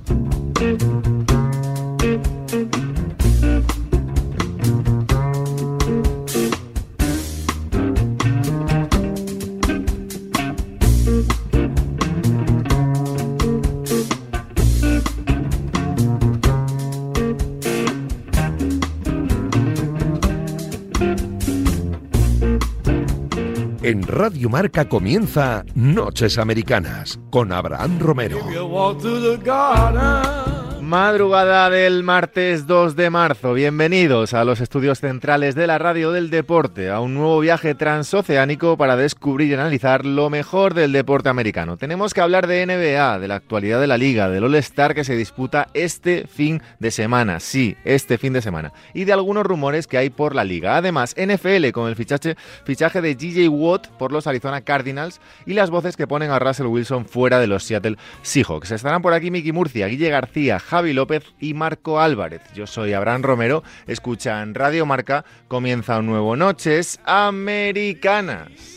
En Radio Marca comienza Noches Americanas con Abraham Romero. Madrugada del martes 2 de marzo. Bienvenidos a los estudios centrales de la Radio del Deporte, a un nuevo viaje transoceánico para descubrir y analizar lo mejor del deporte americano. Tenemos que hablar de NBA, de la actualidad de la Liga, del All-Star que se disputa este fin de semana. Sí, este fin de semana. Y de algunos rumores que hay por la Liga. Además, NFL con el fichaje de J.J. Watt por los Arizona Cardinals y las voces que ponen a Russell Wilson fuera de los Seattle Seahawks. Estarán por aquí Miki Murcia, Guille García, Javi López y Marco Álvarez. Yo soy Abraham Romero. Escuchan Radio Marca. Comienza un nuevo Noches Americanas.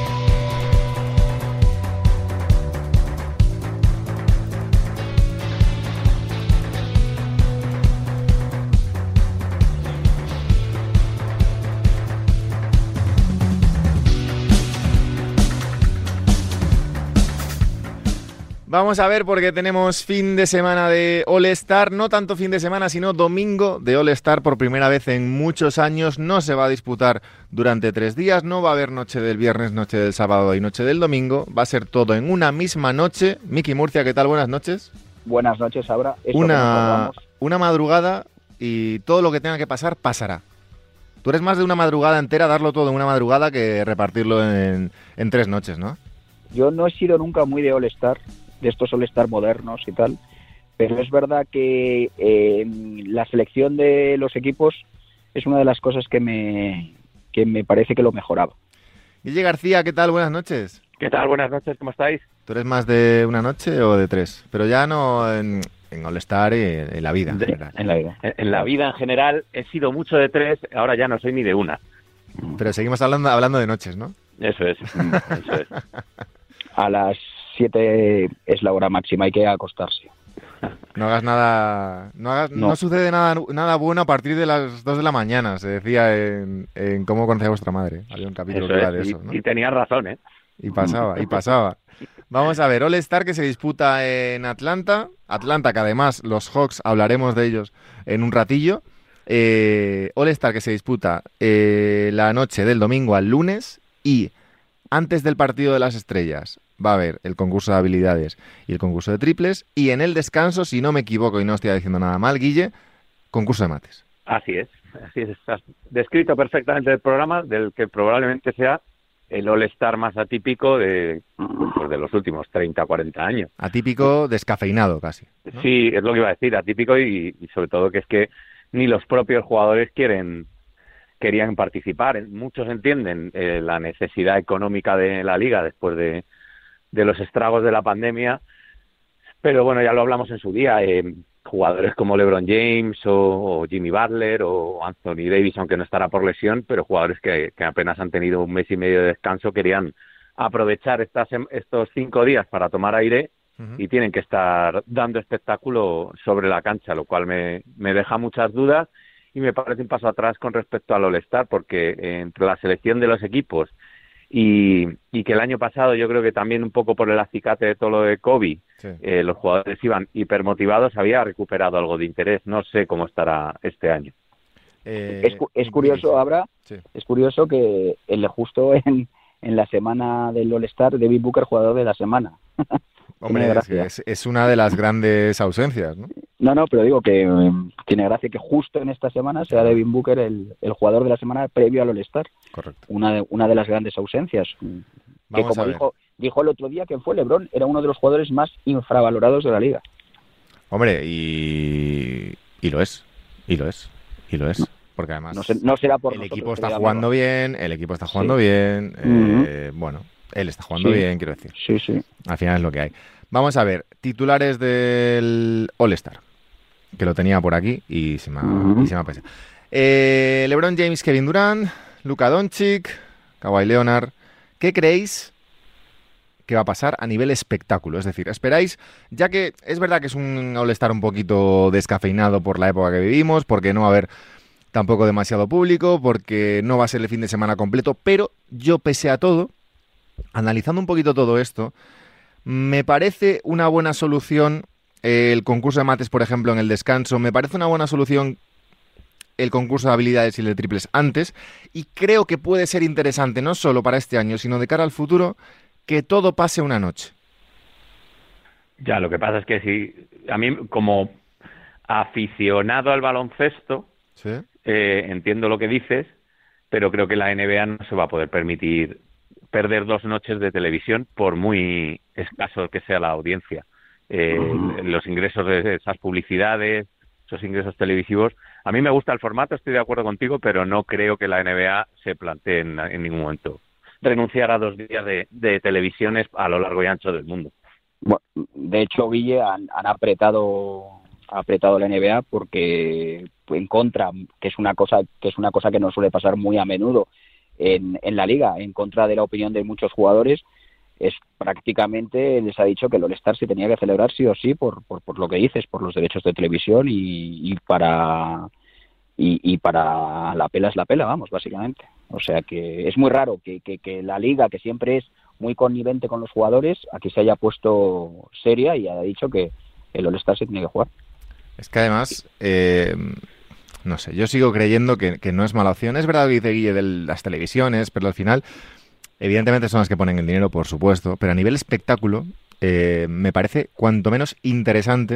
Vamos a ver porque tenemos fin de semana de All-Star, no tanto fin de semana sino domingo de All-Star por primera vez en muchos años. No se va a disputar durante 3 días, no va a haber noche del viernes, noche del sábado y noche del domingo. Va a ser todo en una misma noche. Miki Murcia, ¿qué tal? Buenas noches. Buenas noches, Abra. Una madrugada y todo lo que tenga que pasar, pasará. Tú eres más de una madrugada entera, darlo todo en una madrugada que repartirlo en 3 noches, ¿no? Yo no he sido nunca muy de All-Star, de estos All-Star modernos y tal, pero es verdad que la selección de los equipos es una de las cosas que me parece que lo mejoraba. Guille García, ¿qué tal? Buenas noches. ¿Qué tal? Buenas noches, ¿cómo estáis? ¿Tú eres más de una noche o de 3? Pero ya no en All-Star y en la vida. En la vida en general he sido mucho de 3, ahora ya no soy ni de una. Pero seguimos hablando de noches, ¿no? Eso es. A las 7 es la hora máxima, hay que acostarse. No hagas nada, no sucede nada bueno a partir de las 2 de la mañana, se decía en Cómo conocer a vuestra madre. Había un capítulo que iba de eso, ¿no? Y tenías razón, ¿eh? Y pasaba. Vamos a ver, All-Star que se disputa en Atlanta, que además los Hawks, hablaremos de ellos en un ratillo. All-Star que se disputa la noche del domingo al lunes y antes del partido de las estrellas va a haber el concurso de habilidades y el concurso de triples y en el descanso, si no me equivoco y no estoy diciendo nada mal, Guille, concurso de mates. Así es. Has descrito perfectamente el programa del que probablemente sea el All-Star más atípico de los últimos 30 o 40 años. Atípico, descafeinado casi, ¿no? Sí, es lo que iba a decir, atípico y sobre todo que es que ni los propios jugadores querían participar. Muchos entienden la necesidad económica de la liga después de los estragos de la pandemia, pero bueno, ya lo hablamos en su día, jugadores como LeBron James o Jimmy Butler o Anthony Davis, aunque no estará por lesión, pero jugadores que apenas han tenido un mes y medio de descanso, querían aprovechar estos 5 días para tomar aire y tienen que estar dando espectáculo sobre la cancha, lo cual me deja muchas dudas y me parece un paso atrás con respecto al All-Star, porque entre la selección de los equipos y que el año pasado yo creo que también un poco por el acicate de todo lo de COVID, sí, los jugadores iban hipermotivados, había recuperado algo de interés. No sé cómo estará este año. Es curioso, Abra, sí. Es curioso que justo en la semana del All-Star, Devin Booker, jugador de la semana. Hombre, es una de las grandes ausencias, ¿no? No, pero digo que tiene gracia que justo en esta semana sea Devin Booker el jugador de la semana previo al All-Star. Correcto. Una de las grandes ausencias. Vamos, que como dijo el otro día que fue LeBron, era uno de los jugadores más infravalorados de la liga. Hombre, y lo es. No. Porque además no será por el equipo está jugando bien, bueno, él está jugando bien, quiero decir. Sí. Al final es lo que hay. Vamos a ver, titulares del All-Star, que lo tenía por aquí y se me ha pasado. LeBron James, Kevin Durant, Luka Doncic, Kawhi Leonard. ¿Qué creéis que va a pasar a nivel espectáculo. Es decir, esperáis, ya que es verdad que es un All-Star un poquito descafeinado por la época que vivimos, porque no va a haber tampoco demasiado público, porque no va a ser el fin de semana completo, pero yo, pese a todo, analizando un poquito todo esto, me parece una buena solución el concurso de mates, por ejemplo, en el descanso. Me parece una buena solución el concurso de habilidades y el de triples antes, y creo que puede ser interesante, no solo para este año, sino de cara al futuro, que todo pase una noche. Ya, lo que pasa es que si a mí, como aficionado al baloncesto, ¿Sí? Entiendo lo que dices, pero creo que la NBA no se va a poder permitir perder 2 noches de televisión, por muy escaso que sea la audiencia. Los ingresos de esas publicidades, esos ingresos televisivos. A mí me gusta el formato, estoy de acuerdo contigo, pero no creo que la NBA se plantee en ningún momento renunciar a 2 días de televisiones a lo largo y ancho del mundo. Bueno, de hecho, Guille, han apretado la NBA porque en contra, que es una cosa que no suele pasar muy a menudo en la liga, en contra de la opinión de muchos jugadores, es prácticamente les ha dicho que el All-Star se tenía que celebrar sí o sí por lo que dices, por los derechos de televisión y para la pela es la pela, vamos, básicamente. O sea que es muy raro que la liga, que siempre es muy connivente con los jugadores, aquí se haya puesto seria y haya dicho que el All-Star se tiene que jugar. Es que además, no sé, yo sigo creyendo que no es mala opción. Es verdad lo que dice Guille de las televisiones, pero al final, evidentemente son las que ponen el dinero, por supuesto, pero a nivel espectáculo, me parece cuanto menos interesante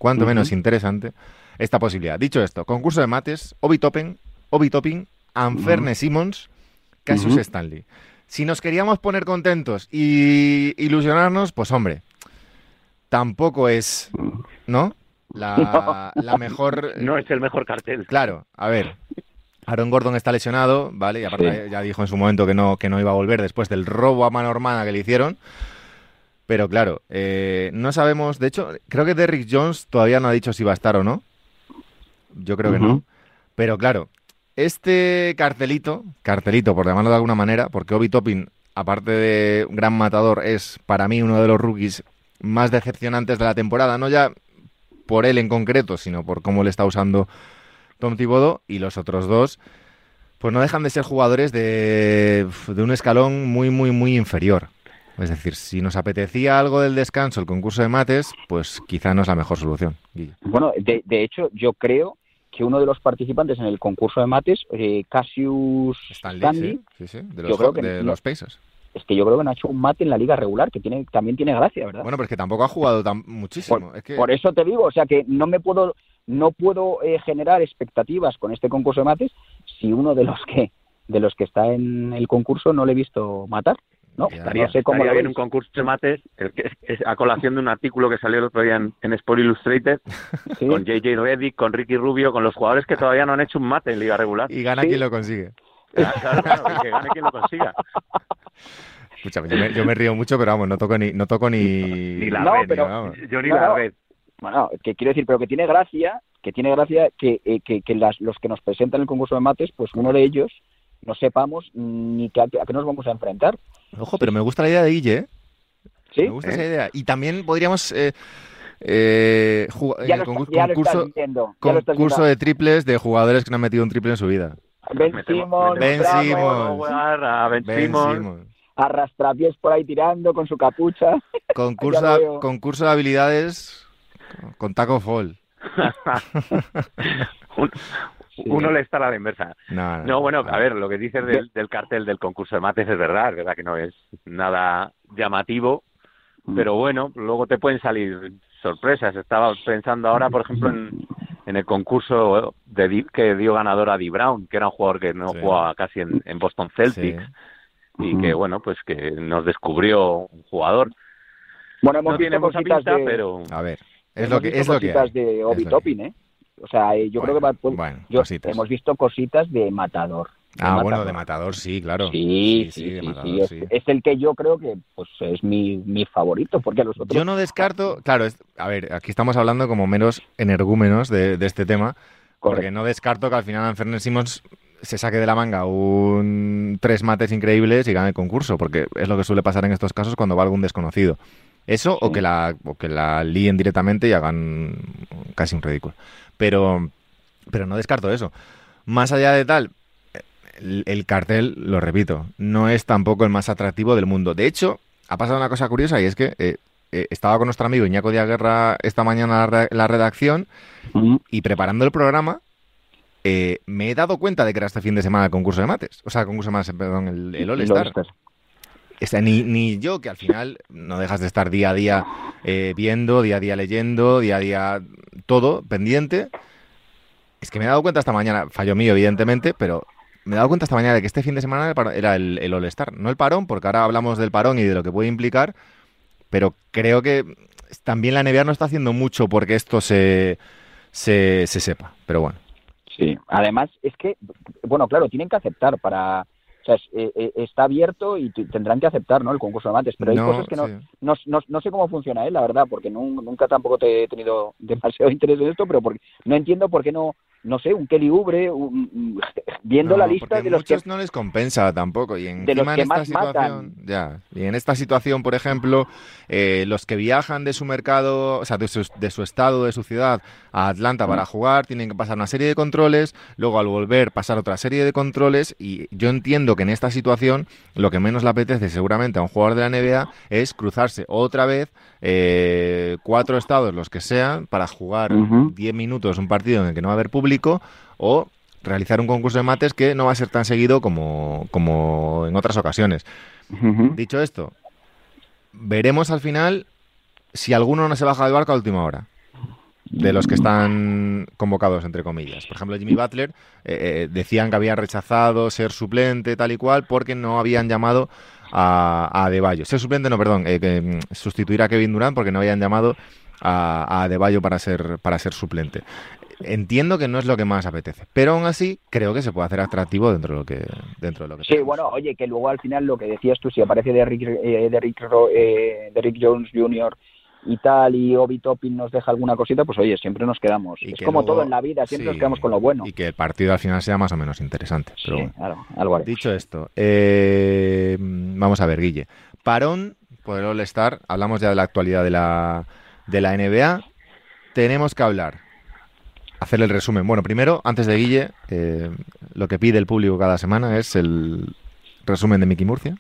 esta posibilidad. Dicho esto, concurso de mates, Obi Toppin, Anferne Simons, Cassius Stanley. Si nos queríamos poner contentos y ilusionarnos, pues hombre, tampoco es, ¿no?, la mejor... No es el mejor cartel. Claro, a ver, Aaron Gordon está lesionado, ¿vale? Y aparte ya dijo en su momento que no iba a volver después del robo a mano hermana que le hicieron. Pero claro, no sabemos... De hecho, creo que Derrick Jones todavía no ha dicho si va a estar o no. Yo creo que no. Pero claro, este cartelito, por llamarlo de alguna manera, porque Obi Toppin, aparte de un gran matador, es para mí uno de los rookies más decepcionantes de la temporada. No ya por él en concreto, sino por cómo le está usando Tom Thibodeau, y los otros dos, pues no dejan de ser jugadores de un escalón muy, muy, muy inferior. Es decir, si nos apetecía algo del descanso, el concurso de mates, pues quizá no es la mejor solución, Guille. Bueno, de hecho, yo creo que uno de los participantes en el concurso de mates, Cassius Stanley, sí, de los Pacers. Es que yo creo que no ha hecho un mate en la liga regular, que también tiene gracia, ¿verdad? Bueno, pero es que tampoco ha jugado muchísimo. Por eso te digo, o sea que no puedo generar expectativas con este concurso de mates si uno de los que está en el concurso no le he visto matar, ¿no? Estaría cómo bien un concurso de mates, es a colación de un artículo que salió el otro día en Sport Illustrated, ¿sí?, con JJ Redick, con Ricky Rubio, con los jugadores que todavía no han hecho un mate en liga regular. Y gana quien lo consigue. Claro, que gane quien lo consiga. Escúchame, yo me río mucho, pero vamos, no toco ni la no, red, pero, vamos. Yo ni la red. Bueno, que quiero decir, pero que tiene gracia que los que nos presentan el concurso de mates, pues uno de ellos no sepamos ni a qué nos vamos a enfrentar. Ojo, pero me gusta la idea de Guille, ¿eh? ¿Sí? Me gusta esa idea. Y también podríamos jugar en el concurso de triples de jugadores que no han metido un triple en su vida. Ben Simmons, arrastrapiés por ahí tirando con su capucha. Concurso de habilidades con Taco Fall. Uno le está a la inversa. No, bueno, a ver, lo que dices del cartel del concurso de mates es verdad que no es nada llamativo, pero bueno, luego te pueden salir sorpresas. Estaba pensando ahora, por ejemplo, en el concurso que dio ganador a Dee Brown, que era un jugador que no jugaba casi en Boston Celtics, y que, bueno, pues que nos descubrió un jugador. Bueno, hemos no tiene mucha pinta, pero... A ver, es lo que hay. De Obi Toppin, ¿eh? O sea, yo creo que hemos visto cositas de matador. De matador, sí, claro. Sí. Es el que yo creo que pues es mi favorito, porque los otros... Yo no descarto... Claro, a ver, aquí estamos hablando como meros energúmenos de este tema, porque no descarto que al final Anferne Simons se saque de la manga 3 mates increíbles y gane el concurso, porque es lo que suele pasar en estos casos cuando va algún desconocido. Eso, sí. o que la líen directamente y hagan casi un ridículo. Pero no descarto eso. Más allá de tal, el cartel, lo repito, no es tampoco el más atractivo del mundo. De hecho, ha pasado una cosa curiosa y es que estaba con nuestro amigo Iñaco Díaz Guerra esta mañana la redacción y preparando el programa me he dado cuenta de que era este fin de semana el concurso de mates. O sea, el concurso de mates, perdón, el All-Star. Ni yo, que al final no dejas de estar día a día viendo, día a día leyendo, día a día todo pendiente. Es que me he dado cuenta esta mañana, fallo mío evidentemente, pero me he dado cuenta esta mañana de que este fin de semana era el All-Star. No el parón, porque ahora hablamos del parón y de lo que puede implicar, pero creo que también la NBA no está haciendo mucho porque esto se sepa, pero bueno. Sí, además es que, bueno, claro, tienen que aceptar para... O sea, está abierto y tendrán que aceptar, ¿no?, el concurso de mates, pero hay cosas que no sé cómo funciona, la verdad, porque nunca tampoco te he tenido demasiado interés en esto, pero porque no entiendo por qué no sé, un Kelly Oubre, viendo la lista de los que... muchos no les compensa tampoco, y encima de los que en esta más situación, matan. y en esta situación, por ejemplo, los que viajan de su mercado, o sea, de su estado, de su ciudad, a Atlanta para jugar, tienen que pasar una serie de controles, luego al volver pasar otra serie de controles, y yo entiendo que en esta situación lo que menos le apetece seguramente a un jugador de la NBA es cruzarse otra vez 4 estados, los que sean, para jugar 10 minutos un partido en el que no va a haber público, o realizar un concurso de mates que no va a ser tan seguido como en otras ocasiones. Dicho esto, veremos al final si alguno no se baja del barco a última hora, de los que están convocados, entre comillas. Por ejemplo, Jimmy Butler, decían que había rechazado ser suplente, tal y cual, porque no habían llamado a Adebayo. Ser suplente, no, perdón, sustituir a Kevin Durant porque no habían llamado a Adebayo para ser suplente. Entiendo que no es lo que más apetece, pero aún así creo que se puede hacer atractivo dentro de lo que sí, tenemos. bueno, oye, que luego al final lo que decías tú, si aparece Derrick Jones Jr. y tal, y Obi Toppin nos deja alguna cosita, pues oye, siempre nos quedamos. Es como luego, todo en la vida, siempre nos quedamos con lo bueno. Y que el partido al final sea más o menos interesante. Pero sí, bueno. Claro, algo haremos. Dicho esto, vamos a ver, Guille. Parón por el All-Star, hablamos ya de la actualidad de la NBA. Tenemos que hacer el resumen. Bueno, primero, antes de Guille, lo que pide el público cada semana es el resumen de Miki Murcia.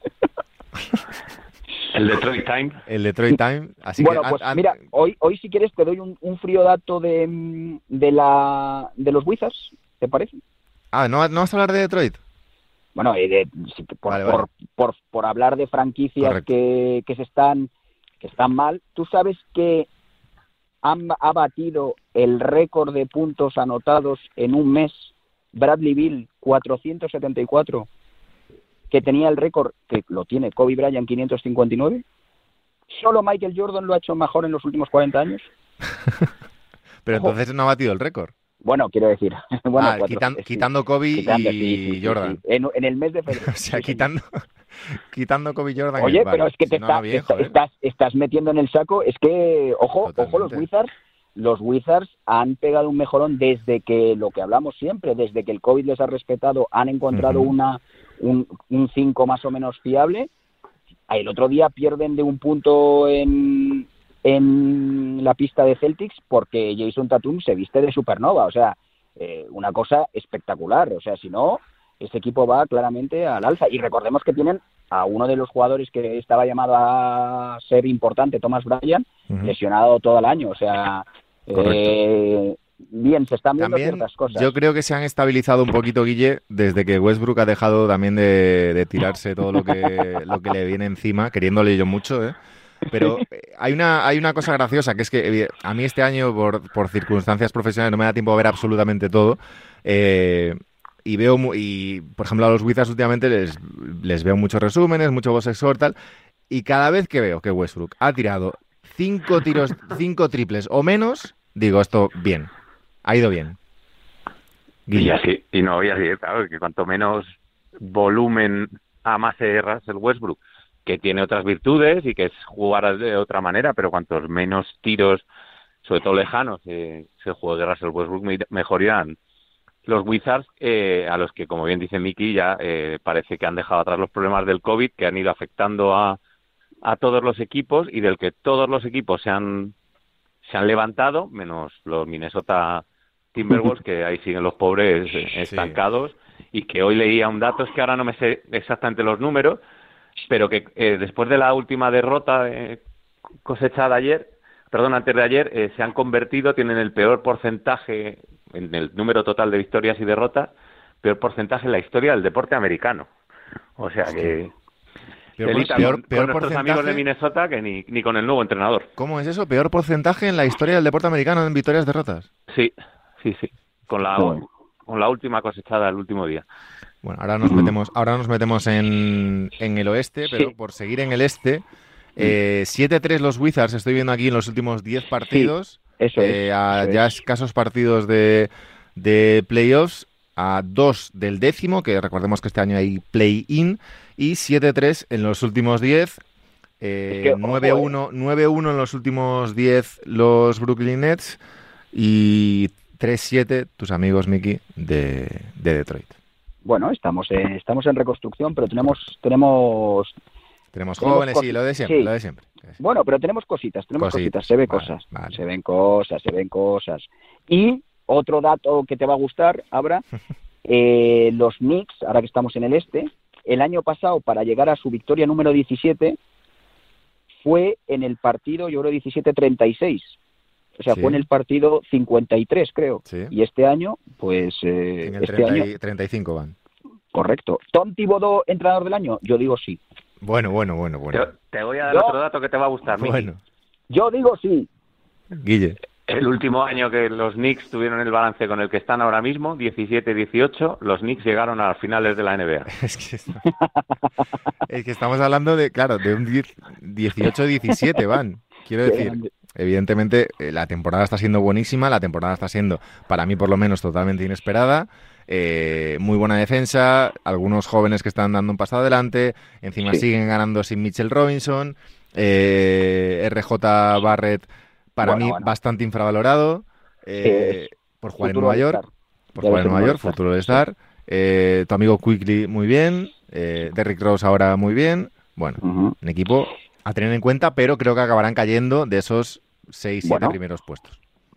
El Detroit Time. El Detroit Time. Así bueno, que, pues mira, hoy si quieres te doy un frío dato de los Wizards, ¿te parece? ¿no vas a hablar de Detroit? Bueno, vale. Por hablar de franquicias que están mal, ¿tú sabes que ha batido el récord de puntos anotados en un mes Bradley Beal, 474, que tenía el récord, que lo tiene Kobe Bryant, 559? ¿Solo Michael Jordan lo ha hecho mejor en los últimos 40 años? Pero entonces no ha batido el récord. Bueno, quiero decir... bueno, quitando Kobe y Jordan. Sí. En el mes de febrero. O sea, quitando Kobe y Jordan. Oye, pero es que estás metiendo en el saco. Es que, ojo, los Wizards han pegado un mejorón desde que, lo que hablamos siempre, desde que el COVID les ha respetado, han encontrado un 5 más o menos fiable. El otro día pierden de un punto en la pista de Celtics porque Jason Tatum se viste de supernova, o sea, una cosa espectacular. O sea, si no, ese equipo va claramente al alza. Y recordemos que tienen a uno de los jugadores que estaba llamado a ser importante, Thomas Bryant, lesionado todo el año. O sea, bien, se están viendo también ciertas cosas. Yo creo que se han estabilizado un poquito, Guille, desde que Westbrook ha dejado también de tirarse todo lo que le viene encima, queriéndole yo mucho, ¿eh? Pero hay una cosa graciosa, que es que a mí este año, por circunstancias profesionales, no me da tiempo a ver absolutamente todo. Y por ejemplo, a los Wizards últimamente les veo muchos resúmenes, mucho box score, tal. Y cada vez que veo que Westbrook ha tirado 5 triples o menos, digo, esto bien. Ha ido bien. Y así, claro, que cuanto menos volumen amase Russell Westbrook, que tiene otras virtudes y que es jugar de otra manera, pero cuantos menos tiros, sobre todo lejanos, se juegue Russell Westbrook, mejor irán los Wizards, a los que, como bien dice Miki, ya parece que han dejado atrás los problemas del COVID, que han ido afectando a todos los equipos, y del que todos los equipos se han levantado, menos los Minnesota Timberwolves, que ahí siguen los pobres estancados, y que hoy leía un dato, es que ahora no me sé exactamente los números, pero que después de la última derrota cosechada antes de ayer, se han convertido, tienen el peor porcentaje en el número total de victorias y derrotas, peor porcentaje en la historia del deporte americano. O sea que peor con nuestros amigos de Minnesota que ni con el nuevo entrenador. ¿Cómo es eso? ¿Peor porcentaje en la historia del deporte americano en victorias y derrotas? Sí. Con la última cosechada el último día. Bueno, ahora nos metemos en el oeste, pero por seguir en el este, 7-3 los Wizards, estoy viendo aquí en los últimos 10 partidos, ya escasos partidos de playoffs, a 2 del décimo, que recordemos que este año hay play-in, y 7-3 en los últimos 10, 9-1 en los últimos 10 los Brooklyn Nets, y 3-7 tus amigos, Miki, de Detroit. Bueno, estamos en reconstrucción, pero tenemos jóvenes, sí, lo de siempre. Bueno, pero tenemos cositas, se ven cosas. Se ven cosas. Y otro dato que te va a gustar, Abra, los Knicks, ahora que estamos en el este, el año pasado, para llegar a su victoria número 17, fue en el partido, yo creo, 17-36. O sea, fue en el partido 53, creo. Sí. Y este año, pues... en el 35 van. Correcto. ¿Tom Thibodeau, entrenador del año? Yo digo sí. Bueno. Te voy a dar otro dato que te va a gustar, Miki. Bueno. Yo digo sí. Guille. El último año que los Knicks tuvieron el balance con el que están ahora mismo, 17-18, los Knicks llegaron a las finales de la NBA. Es que estamos hablando de un 18-17 van. Quiero decir, evidentemente la temporada está siendo buenísima, la temporada está siendo, para mí por lo menos, totalmente inesperada. Muy buena defensa, algunos jóvenes que están dando un paso adelante, encima siguen ganando sin Mitchell Robinson, RJ Barrett para mí bastante infravalorado, por jugar en Nueva York, futuro de estar, tu amigo Quickly muy bien, Derrick Rose ahora muy bien, un equipo a tener en cuenta, pero creo que acabarán cayendo de esos 6-7 primeros puestos.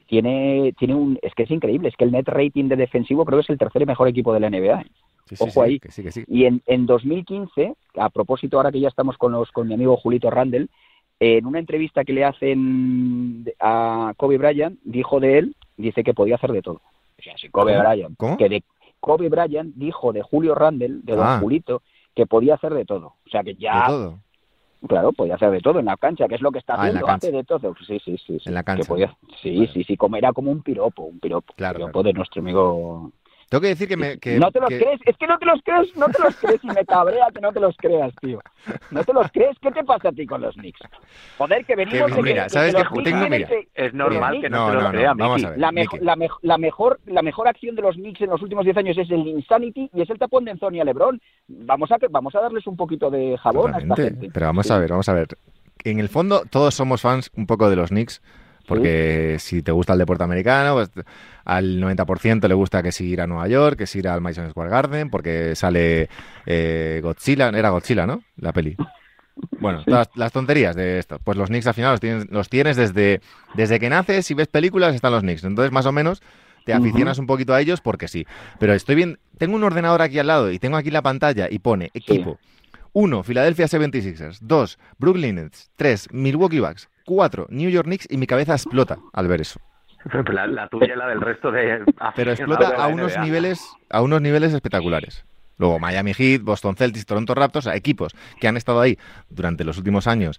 Es que es increíble, es que el net rating de defensivo creo que es el tercer mejor equipo de la NBA. Ojo ahí. Que sí. Y en 2015, a propósito, ahora que ya estamos con mi amigo Julito Randle, en una entrevista que le hacen a Kobe Bryant, dice que podía hacer de todo. O sea, si Kobe Bryant, Kobe Bryant dijo de Julio Randle, de don Julito, que podía hacer de todo. O sea, que ya... ¿De todo? Claro, podía hacer de todo en la cancha, que es lo que está haciendo, hace de todo. Sí. En la cancha. Sí, como era como un piropo de nuestro amigo... Tengo que decir que ¿No te los crees? Es que no te los crees y me cabrea que no te los creas, tío. ¿No te los crees? ¿Qué te pasa a ti con los Knicks? Joder, que venimos de mira, ¿sabes qué? Es normal que no te los creas, vamos a ver, la mejor acción de los Knicks en los últimos 10 años es el Insanity y es el tapón de Anthony a LeBron. Vamos a darles un poquito de jabón a esta gente. Pero vamos a ver. En el fondo, todos somos fans un poco de los Knicks. Porque si te gusta el deporte americano, pues al 90% le gusta que si ir a Nueva York, que si ir al Madison Square Garden, porque sale Godzilla, era Godzilla, ¿no? La peli. Bueno, todas las tonterías de esto. Pues los Knicks al final los tienes desde que naces y ves películas, están los Knicks. Entonces, más o menos, te aficionas un poquito a ellos porque sí. Pero tengo un ordenador aquí al lado y tengo aquí la pantalla y pone equipo. 1, Philadelphia 76ers. 2, Brooklyn Nets. 3, Milwaukee Bucks. 4, New York Knicks, y mi cabeza explota al ver eso. La tuya y la del resto de... Pero explota a unos niveles espectaculares. Luego Miami Heat, Boston Celtics, Toronto Raptors, equipos que han estado ahí durante los últimos años,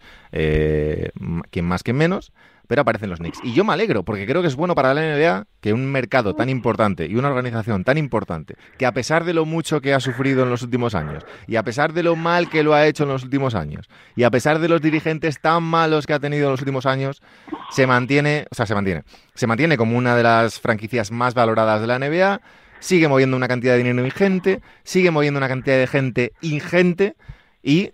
quien más, quien menos, pero aparecen los Knicks. Y yo me alegro, porque creo que es bueno para la NBA que un mercado tan importante y una organización tan importante, que a pesar de lo mucho que ha sufrido en los últimos años, y a pesar de lo mal que lo ha hecho en los últimos años, y a pesar de los dirigentes tan malos que ha tenido en los últimos años, se mantiene como una de las franquicias más valoradas de la NBA, sigue moviendo una cantidad de dinero ingente, sigue moviendo una cantidad de gente ingente, y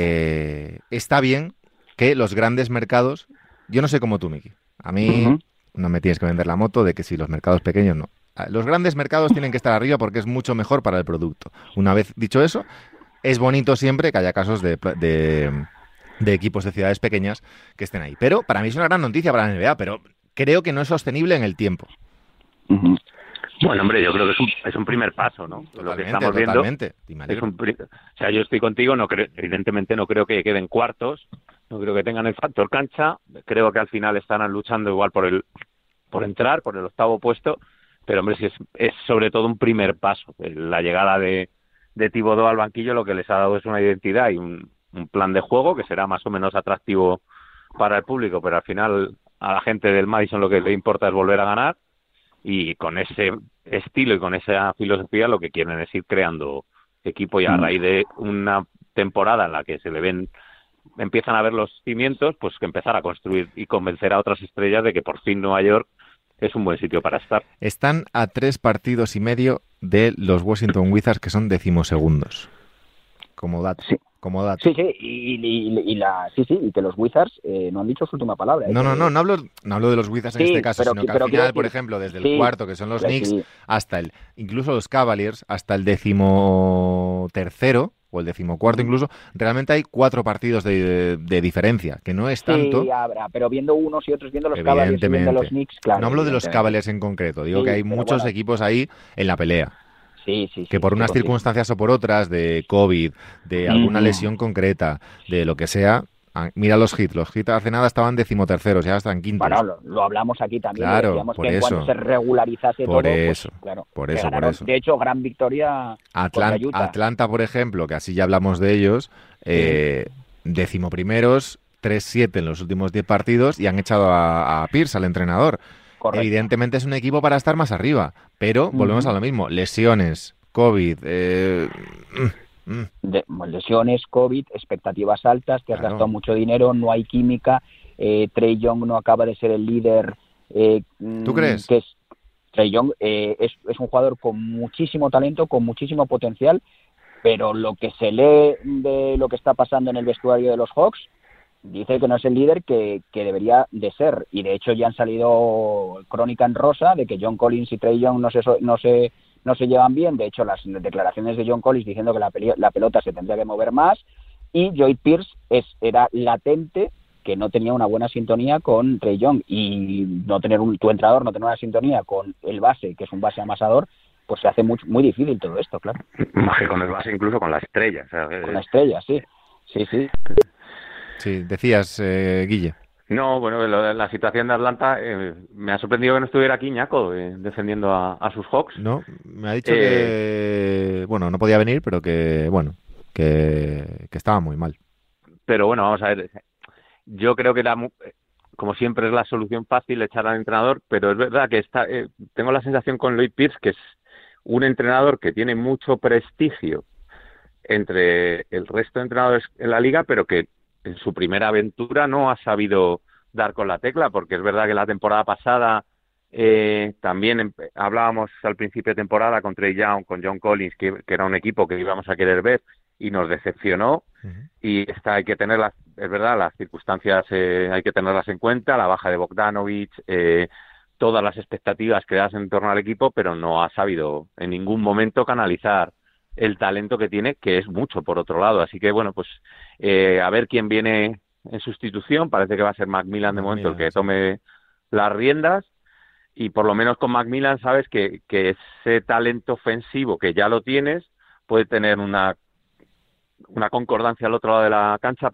está bien que los grandes mercados... Yo no sé cómo tú, Miki. A mí no me tienes que vender la moto de que si los mercados pequeños no. Los grandes mercados tienen que estar arriba porque es mucho mejor para el producto. Una vez dicho eso, es bonito siempre que haya casos de equipos de ciudades pequeñas que estén ahí. Pero para mí es una gran noticia para la NBA, pero creo que no es sostenible en el tiempo. Ujú. Bueno, hombre, yo creo que es un primer paso, ¿no? Lo que estamos viendo es o sea, yo estoy contigo, evidentemente no creo que queden cuartos, no creo que tengan el factor cancha, creo que al final estarán luchando igual por entrar, por el octavo puesto, pero hombre, si es sobre todo un primer paso. La llegada de Thibodeau al banquillo lo que les ha dado es una identidad y un plan de juego que será más o menos atractivo para el público, pero al final a la gente del Madison lo que le importa es volver a ganar. Y con ese estilo y con esa filosofía lo que quieren es ir creando equipo, y a raíz de una temporada en la que empiezan a ver los cimientos, pues que empezar a construir y convencer a otras estrellas de que por fin Nueva York es un buen sitio para estar. Están a 3 partidos y medio de los Washington Wizards, que son 12º. Como dato. Sí. Como dato. Sí, y que los Wizards no han dicho su última palabra. No hablo de los Wizards en este caso, sino que al final, por ejemplo, desde el cuarto, que son los Knicks, hasta incluso los Cavaliers, hasta el 13º o el 14º incluso, realmente hay 4 partidos de diferencia, que no es tanto. Sí, habrá, pero viendo unos y otros, viendo los Cavaliers y viendo los Knicks, claro. No hablo de los Cavaliers en concreto, digo que hay muchos equipos ahí en la pelea. Sí, que por unas circunstancias o por otras, de COVID, de alguna lesión concreta, de lo que sea, mira los Heat hace nada estaban 13º, ya están quintos. Bueno, lo hablamos aquí también, claro, decíamos por que eso, en cuanto se regularizase por todo, eso, pues, claro, por eso. De hecho, gran victoria contra Utah. Atlanta, por ejemplo, que así ya hablamos de ellos, 11º, 3-7 en los últimos 10 partidos y han echado a Pierce, al entrenador. Correcto. Evidentemente es un equipo para estar más arriba, pero volvemos a lo mismo, lesiones, COVID, lesiones, COVID, expectativas altas, te has gastado mucho dinero, no hay química, Trae Young no acaba de ser el líder. ¿Tú crees? Trae Young es un jugador con muchísimo talento, con muchísimo potencial, pero lo que se lee de lo que está pasando en el vestuario de los Hawks dice que no es el líder que debería de ser, y de hecho ya han salido crónica en rosa de que John Collins y Trae Young no se llevan bien. De hecho, las declaraciones de John Collins diciendo que la pelota se tendría que mover más, y Lloyd Pierce era latente que no tenía una buena sintonía con Trae Young, y tu entrenador no tener una sintonía con el base, que es un base amasador, pues se hace muy difícil todo esto, claro. Más que con el base, incluso con la estrella. Con la estrella, sí. Sí, decías, Guille. No, bueno, la situación de Atlanta, me ha sorprendido que no estuviera aquí Ñaco defendiendo a sus Hawks. No, me ha dicho que, bueno, no podía venir, pero que estaba muy mal. Pero bueno, vamos a ver, yo creo que como siempre es la solución fácil echar al entrenador, pero es verdad que tengo la sensación con Lloyd Pierce que es un entrenador que tiene mucho prestigio entre el resto de entrenadores en la liga, pero que en su primera aventura no ha sabido dar con la tecla, porque es verdad que la temporada pasada también hablábamos al principio de temporada con Trae Young, con John Collins, que era un equipo que íbamos a querer ver, y nos decepcionó. Y hay que tener es verdad, las circunstancias hay que tenerlas en cuenta, la baja de Bogdanovic, todas las expectativas creadas en torno al equipo, pero no ha sabido en ningún momento canalizar el talento que tiene, que es mucho por otro lado. Así que bueno, pues a ver quién viene en sustitución. Parece que va a ser McMillan de momento el que tome las riendas, y por lo menos con McMillan sabes que ese talento ofensivo que ya lo tienes puede tener una concordancia al otro lado de la cancha,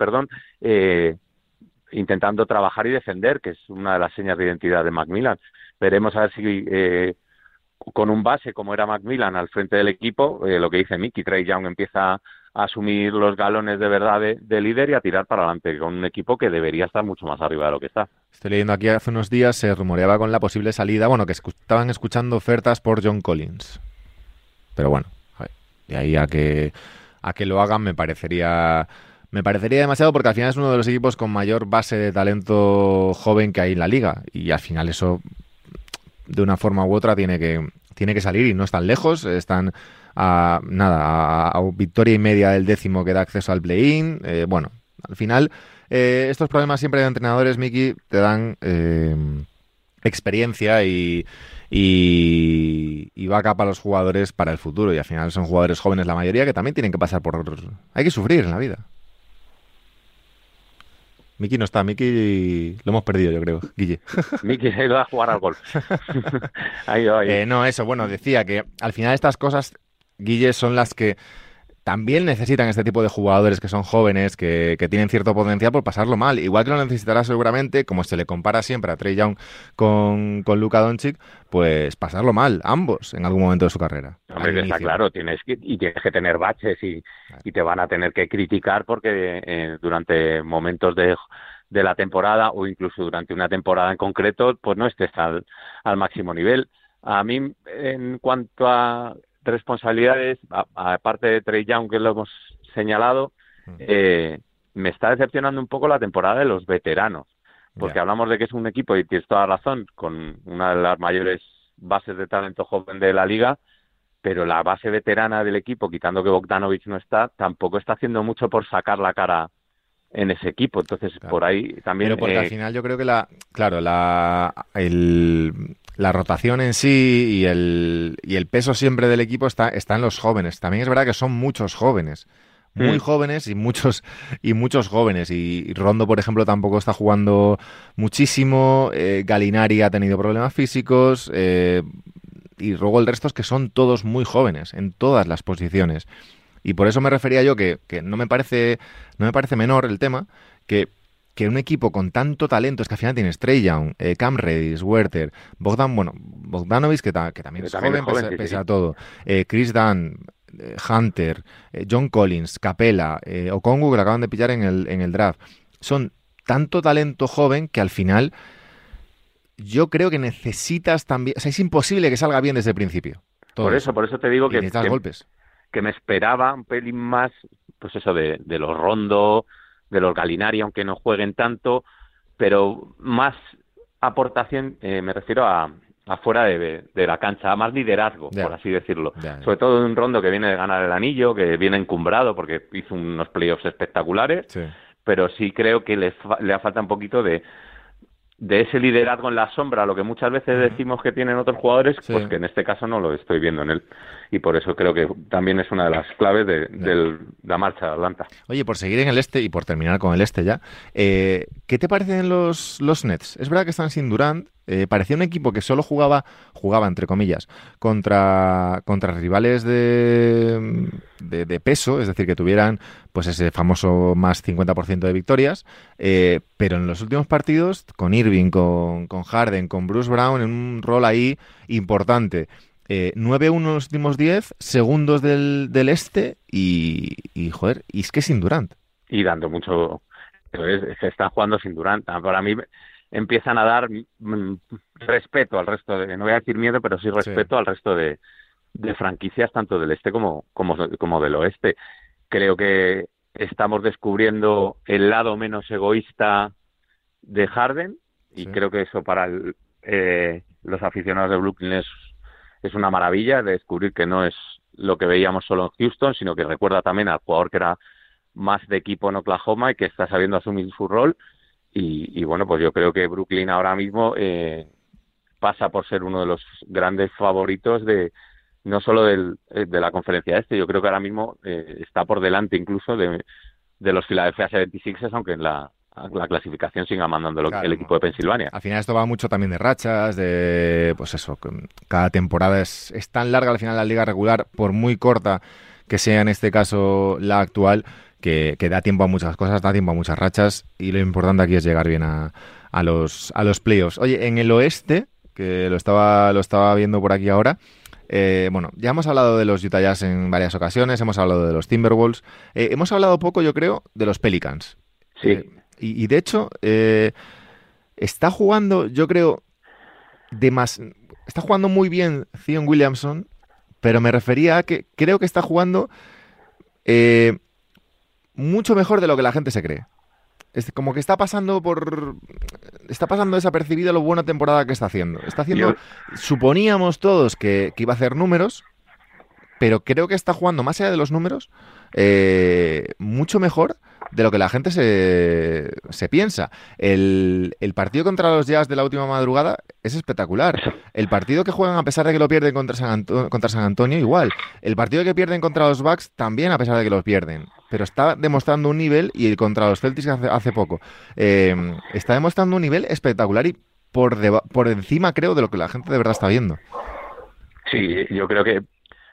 intentando trabajar y defender, que es una de las señas de identidad de McMillan. Veremos a ver si con un base como era McMillan al frente del equipo, lo que dice Mickey, Trae Young empieza a asumir los galones de verdad de líder y a tirar para adelante con un equipo que debería estar mucho más arriba de lo que está. Estoy leyendo aquí, hace unos días se rumoreaba con la posible salida, bueno, que estaban escuchando ofertas por John Collins. Pero bueno, de ahí a que lo hagan me parecería demasiado, porque al final es uno de los equipos con mayor base de talento joven que hay en la liga, y al final eso de una forma u otra tiene que salir, y no están lejos, están a victoria y media del 10º que da acceso al play-in. Bueno, al final estos problemas siempre de entrenadores, Miki, te dan experiencia y backup para los jugadores para el futuro. Y al final son jugadores jóvenes la mayoría que también tienen que pasar por... Hay que sufrir en la vida. Miki no está, Miki lo hemos perdido, yo creo, Guille. Miki se ha ido a jugar al golf. Ahí. No, eso, bueno, decía que al final estas cosas, Guille, son las que también necesitan este tipo de jugadores que son jóvenes, que tienen cierto potencial por pasarlo mal. Igual que lo necesitará seguramente, como se le compara siempre a Trae Young con Luka Doncic, pues pasarlo mal, ambos, en algún momento de su carrera. Hombre, está claro, tienes que tener baches y te van a tener que criticar porque durante momentos de la temporada o incluso durante una temporada en concreto, pues no estés al máximo nivel. A mí, en cuanto a responsabilidades, aparte de Trae Young, que lo hemos señalado, me está decepcionando un poco la temporada de los veteranos, porque hablamos de que es un equipo, y tienes toda la razón, con una de las mayores bases de talento joven de la liga, pero la base veterana del equipo, quitando que Bogdanovic no está, tampoco está haciendo mucho por sacar la cara en ese equipo. Entonces, por ahí también... Pero porque al final yo creo que la rotación en sí y el peso siempre del equipo está en los jóvenes. También es verdad que son muchos jóvenes, muy jóvenes y muchos jóvenes. Y Rondo, por ejemplo, tampoco está jugando muchísimo. Gallinari ha tenido problemas físicos. Y luego el resto es que son todos muy jóvenes en todas las posiciones. Y por eso me refería yo que no me parece menor el tema que un equipo con tanto talento, es que al final tienes Trae Young, Cam Reddish, Huerter, Bogdanovic, que también es joven pese a todo, Chris Dunn, Hunter, John Collins, Capela, Okongwu, que lo acaban de pillar en el draft. Son tanto talento joven que al final yo creo que necesitas también... O sea, es imposible que salga bien desde el principio. Por eso te digo que necesitas golpes. Que me esperaba un pelín más, pues eso, de los Rondo, de los Gallinari, aunque no jueguen tanto, pero más aportación, me refiero a fuera de la cancha, a más liderazgo, por así decirlo. Sobre todo de un Rondo que viene de ganar el anillo, que viene encumbrado porque hizo unos playoffs espectaculares, pero sí creo que le falta un poquito de ese liderazgo en la sombra, lo que muchas veces decimos que tienen otros jugadores, pues que en este caso no lo estoy viendo en él. Y por eso creo que también es una de las claves de la marcha de Atlanta. Oye, por seguir en el este y por terminar con el este ya, ¿qué te parecen los Nets? Es verdad que están sin Durant, parecía un equipo que solo jugaba entre comillas, contra rivales de peso, es decir, que tuvieran pues ese famoso más 50% de victorias, pero en los últimos partidos, con Irving, con Harden, con Bruce Brown, en un rol ahí importante. 9-1 en los últimos 10, segundos del este y joder, y es que sin Durant. Y dando mucho... Se están jugando sin Durant. Para mí empiezan a dar respeto al resto de... No voy a decir miedo, pero sí respeto al resto de franquicias, tanto del este como del oeste. Creo que estamos descubriendo el lado menos egoísta de Harden y creo que eso para los aficionados de Brooklyn es una maravilla de descubrir que no es lo que veíamos solo en Houston, sino que recuerda también al jugador que era más de equipo en Oklahoma y que está sabiendo asumir su rol. Y bueno, pues yo creo que Brooklyn ahora mismo pasa por ser uno de los grandes favoritos no solo de la conferencia este. Yo creo que ahora mismo está por delante incluso de los Philadelphia 76ers, aunque en la clasificación siga mandando el equipo de Pensilvania. Al final esto va mucho también de rachas, pues eso, cada temporada es tan larga al final la liga regular, por muy corta que sea en este caso la actual, que da tiempo a muchas cosas, da tiempo a muchas rachas, y lo importante aquí es llegar bien a los playoffs. Oye, en el oeste, que lo estaba viendo por aquí ahora, bueno, ya hemos hablado de los Utah Jazz en varias ocasiones, hemos hablado de los Timberwolves, hemos hablado poco, yo creo, de los Pelicans. Sí. Y de hecho, está jugando, yo creo, está jugando muy bien Zion Williamson, pero me refería a que creo que está jugando mucho mejor de lo que la gente se cree. Es como que está pasando desapercibido lo buena temporada que está haciendo. Suponíamos todos que iba a hacer números, pero creo que está jugando, más allá de los números, mucho mejor de lo que la gente se piensa. El partido contra los Jazz de la última madrugada es espectacular. El partido que juegan a pesar de que lo pierden contra San Antonio, igual. El partido que pierden contra los Bucks, también a pesar de que los pierden. Pero está demostrando un nivel, y contra los Celtics hace poco, está demostrando un nivel espectacular y por encima, creo, de lo que la gente de verdad está viendo. Sí, yo creo que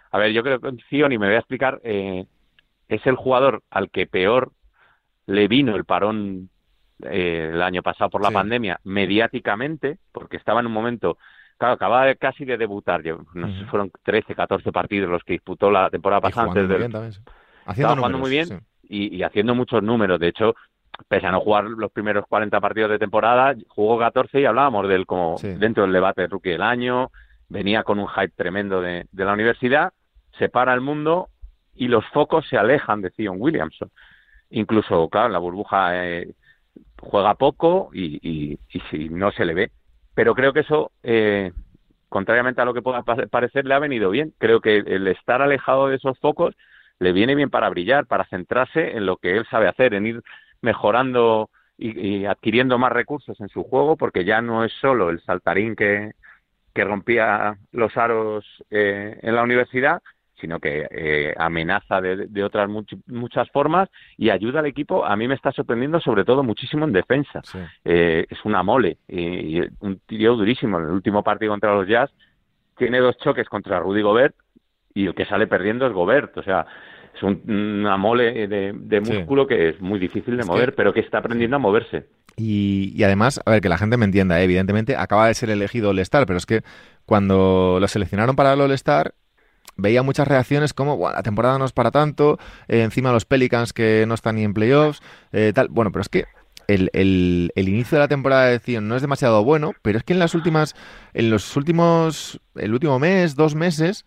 Zion, y me voy a explicar, es el jugador al que peor le vino el parón el año pasado por la pandemia, mediáticamente, porque estaba en un momento, claro, acababa casi de debutar, no sé si fueron 13, 14 partidos los que disputó la temporada pasada. Estaba jugando muy bien y haciendo muchos números. De hecho, pese a no jugar los primeros 40 partidos de temporada, jugó 14 y hablábamos de él como dentro del debate de Rookie del Año. Venía con un hype tremendo de la universidad, se para el mundo y los focos se alejan de Zion Williamson. Incluso, claro, en la burbuja juega poco y si no se le ve. Pero creo que eso, contrariamente a lo que pueda parecer, le ha venido bien. Creo que el estar alejado de esos focos le viene bien para brillar, para centrarse en lo que él sabe hacer, en ir mejorando y adquiriendo más recursos en su juego, porque ya no es solo el saltarín que rompía los aros en la universidad, sino que amenaza de otras muchas formas y ayuda al equipo. A mí me está sorprendiendo sobre todo muchísimo en defensa. Sí. Es una mole y un tío durísimo. En el último partido contra los Jazz tiene 2 choques contra Rudy Gobert y el que sale perdiendo es Gobert. O sea, es una mole de músculo que es muy difícil de mover, pero que está aprendiendo a moverse. Y además, a ver, que la gente me entienda, evidentemente acaba de ser elegido All-Star, pero es que cuando lo seleccionaron para el All-Star veía muchas reacciones como, bueno, la temporada no es para tanto, encima los Pelicans que no están ni en playoffs, tal. Bueno, pero es que el inicio de la temporada de Zion no es demasiado bueno, pero es que el último mes, 2 meses,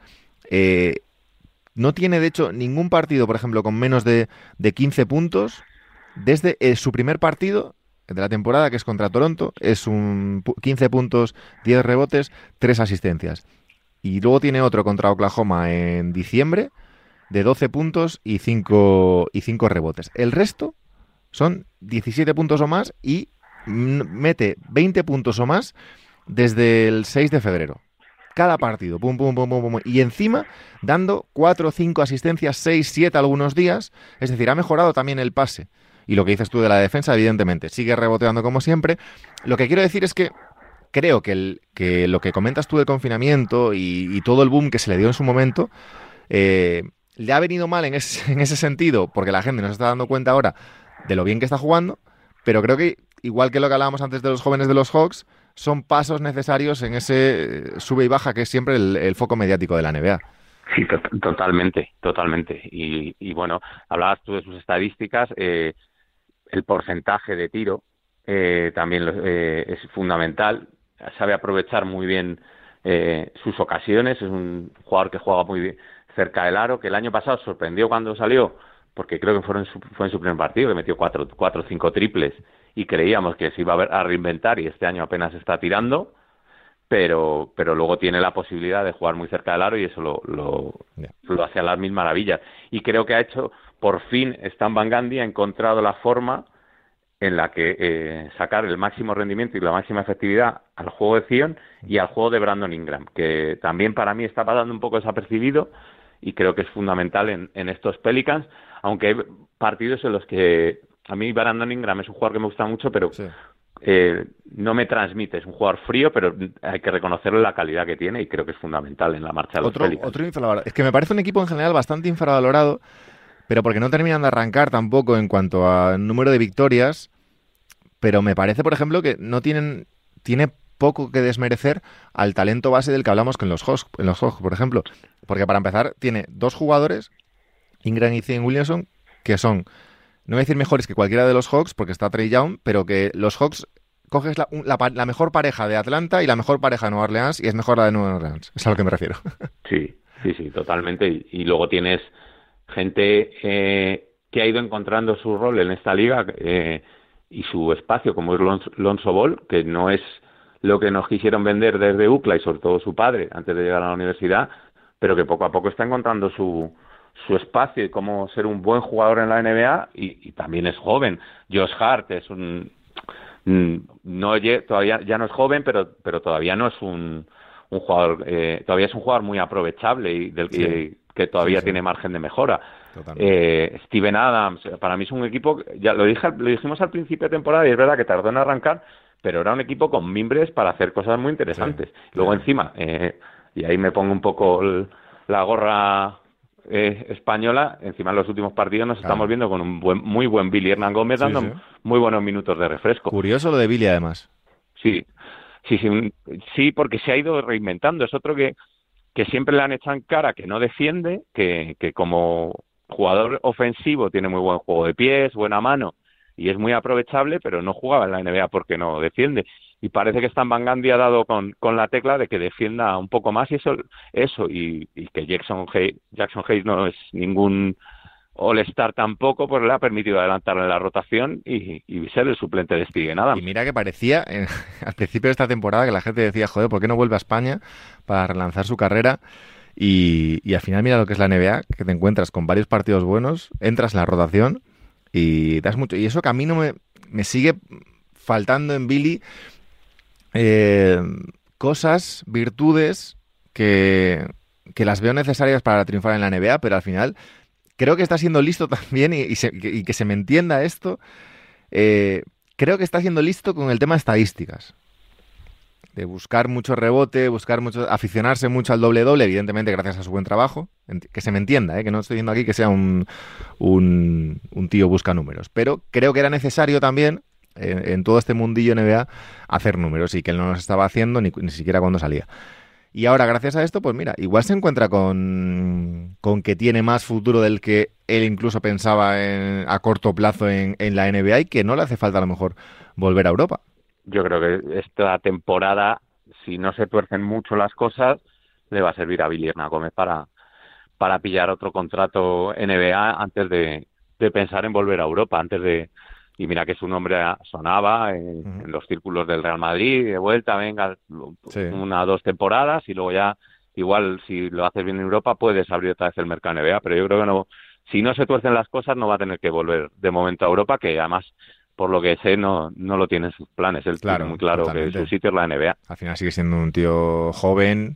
no tiene de hecho ningún partido, por ejemplo, con menos de 15 puntos desde su primer partido de la temporada, que es contra Toronto. Es un 15 puntos, 10 rebotes, 3 asistencias. Y luego tiene otro contra Oklahoma en diciembre de 12 puntos y 5 rebotes. El resto son 17 puntos o más y mete 20 puntos o más desde el 6 de febrero. Cada partido, pum, pum, pum, pum, pum. Y encima dando 4 o 5 asistencias, 6, 7 algunos días. Es decir, ha mejorado también el pase. Y lo que dices tú de la defensa, evidentemente, sigue reboteando como siempre. Lo que quiero decir es que creo que lo que comentas tú del confinamiento y todo el boom que se le dio en su momento, le ha venido mal en ese sentido, porque la gente no se está dando cuenta ahora de lo bien que está jugando, pero creo que, igual que lo que hablábamos antes de los jóvenes de los Hawks, son pasos necesarios en ese sube y baja que es siempre el foco mediático de la NBA. Sí, totalmente. Y bueno, hablabas tú de sus estadísticas, el porcentaje de tiro también es fundamental. Sabe aprovechar muy bien sus ocasiones. Es un jugador que juega muy bien cerca del aro, que el año pasado sorprendió cuando salió, porque creo que fue en su primer partido, que metió 4 o 5 triples y creíamos que se iba a reinventar, y este año apenas está tirando, pero luego tiene la posibilidad de jugar muy cerca del aro y eso lo hace a las mil maravillas. Y creo que por fin Stan Van Gundy ha encontrado la forma en la que sacar el máximo rendimiento y la máxima efectividad al juego de Zion y al juego de Brandon Ingram, que también para mí está pasando un poco desapercibido y creo que es fundamental en estos Pelicans, aunque hay partidos en los que a mí Brandon Ingram es un jugador que me gusta mucho, pero no me transmite, es un jugador frío, pero hay que reconocerle la calidad que tiene y creo que es fundamental en la marcha de los Pelicans. Otro infravalorado. Es que me parece un equipo en general bastante infravalorado, pero porque no terminan de arrancar tampoco en cuanto a número de victorias, pero me parece, por ejemplo, que tiene poco que desmerecer al talento base del que hablamos en los Hawks, por ejemplo, porque para empezar tiene 2 jugadores, Ingram y Zion Williamson, que son, no voy a decir mejores que cualquiera de los Hawks, porque está Trae Young, pero que los Hawks coges la mejor pareja de Atlanta y la mejor pareja de Nueva Orleans, y es mejor la de Nueva Orleans, es a lo que me refiero. Sí, totalmente, y luego tienes gente que ha ido encontrando su rol en esta liga y su espacio, como es Lonzo Ball, que no es lo que nos quisieron vender desde UCLA y sobre todo su padre antes de llegar a la universidad, pero que poco a poco está encontrando su espacio y cómo ser un buen jugador en la NBA, y también es joven. Josh Hart es todavía ya no es joven, pero todavía no es un jugador, todavía es un jugador muy aprovechable y que todavía tiene margen de mejora. Steven Adams, para mí es un equipo, ya lo dijimos al principio de temporada, y es verdad que tardó en arrancar, pero era un equipo con mimbres para hacer cosas muy interesantes. Luego encima, y ahí me pongo un poco la gorra española, encima en los últimos partidos nos estamos viendo con un muy buen Billy Hernán Gómez dando muy buenos minutos de refresco. Curioso lo de Billy, además. Sí, porque se ha ido reinventando. Es otro que siempre le han echado en cara que no defiende, que como jugador ofensivo tiene muy buen juego de pies, buena mano y es muy aprovechable, pero no jugaba en la NBA porque no defiende. Y parece que Stan Van Gundy ha dado con la tecla de que defienda un poco más, y eso y que Jackson Hayes no es ningún All-Star tampoco, pues le ha permitido adelantarle la rotación y ser el suplente de Steven Adams. Y mira que parecía al principio de esta temporada que la gente decía, joder, ¿por qué no vuelve a España para relanzar su carrera? Y al final mira lo que es la NBA, que te encuentras con varios partidos buenos, entras en la rotación y das mucho. Y eso que a mí no me sigue faltando en Billy, cosas, virtudes que las veo necesarias para triunfar en la NBA, pero al final creo que está siendo listo también, y que se me entienda esto, creo que está siendo listo con el tema de estadísticas. De buscar mucho rebote, aficionarse mucho al doble-doble, evidentemente gracias a su buen trabajo. Que se me entienda, que no estoy diciendo aquí que sea un tío busca números. Pero creo que era necesario también, en todo este mundillo NBA, hacer números, y que él no los estaba haciendo ni siquiera cuando salía. Y ahora, gracias a esto, pues mira, igual se encuentra con que tiene más futuro del que él incluso pensaba a corto plazo en la NBA, y que no le hace falta a lo mejor volver a Europa. Yo creo que esta temporada, si no se tuercen mucho las cosas, le va a servir a Billy Hernán Gómez para pillar otro contrato NBA antes de pensar en volver a Europa, y mira que su nombre sonaba en los círculos del Real Madrid, de vuelta, venga, 1 o 2 temporadas, y luego ya, igual, si lo haces bien en Europa, puedes abrir otra vez el mercado NBA, pero yo creo que no, si no se tuercen las cosas, no va a tener que volver de momento a Europa, que además, por lo que sé, no lo tiene en sus planes. Él tiene muy claro totalmente que su sitio es la NBA. Al final sigue siendo un tío joven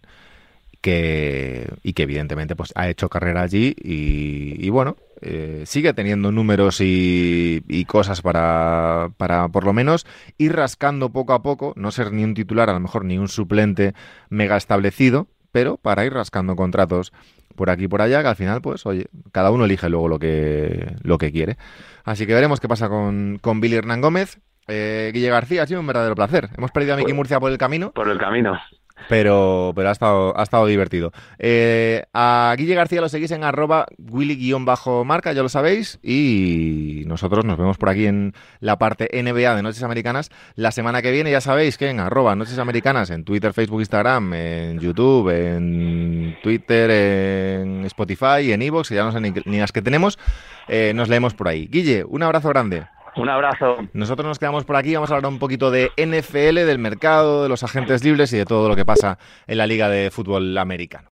que evidentemente pues ha hecho carrera allí, y bueno, sigue teniendo números y cosas para por lo menos ir rascando poco a poco, no ser ni un titular, a lo mejor ni un suplente mega establecido, pero para ir rascando contratos por aquí y por allá, que al final, pues, oye, cada uno elige luego lo que quiere. Así que veremos qué pasa con Billy Hernán Gómez. Guille García, ha sido un verdadero placer. Hemos perdido a Miki Murcia por el camino. Pero ha estado divertido. A Guille García lo seguís en @Willy_marca, ya lo sabéis, y nosotros nos vemos por aquí en la parte NBA de Noches Americanas la semana que viene. Ya sabéis que en @Noches Americanas, en Twitter, Facebook, Instagram, en YouTube, en Twitter, en Spotify, en iVoox, que ya no sé ni las que tenemos, nos leemos por ahí. Guille, un abrazo grande. Un abrazo. Nosotros nos quedamos por aquí, vamos a hablar un poquito de NFL, del mercado, de los agentes libres y de todo lo que pasa en la Liga de Fútbol Americano.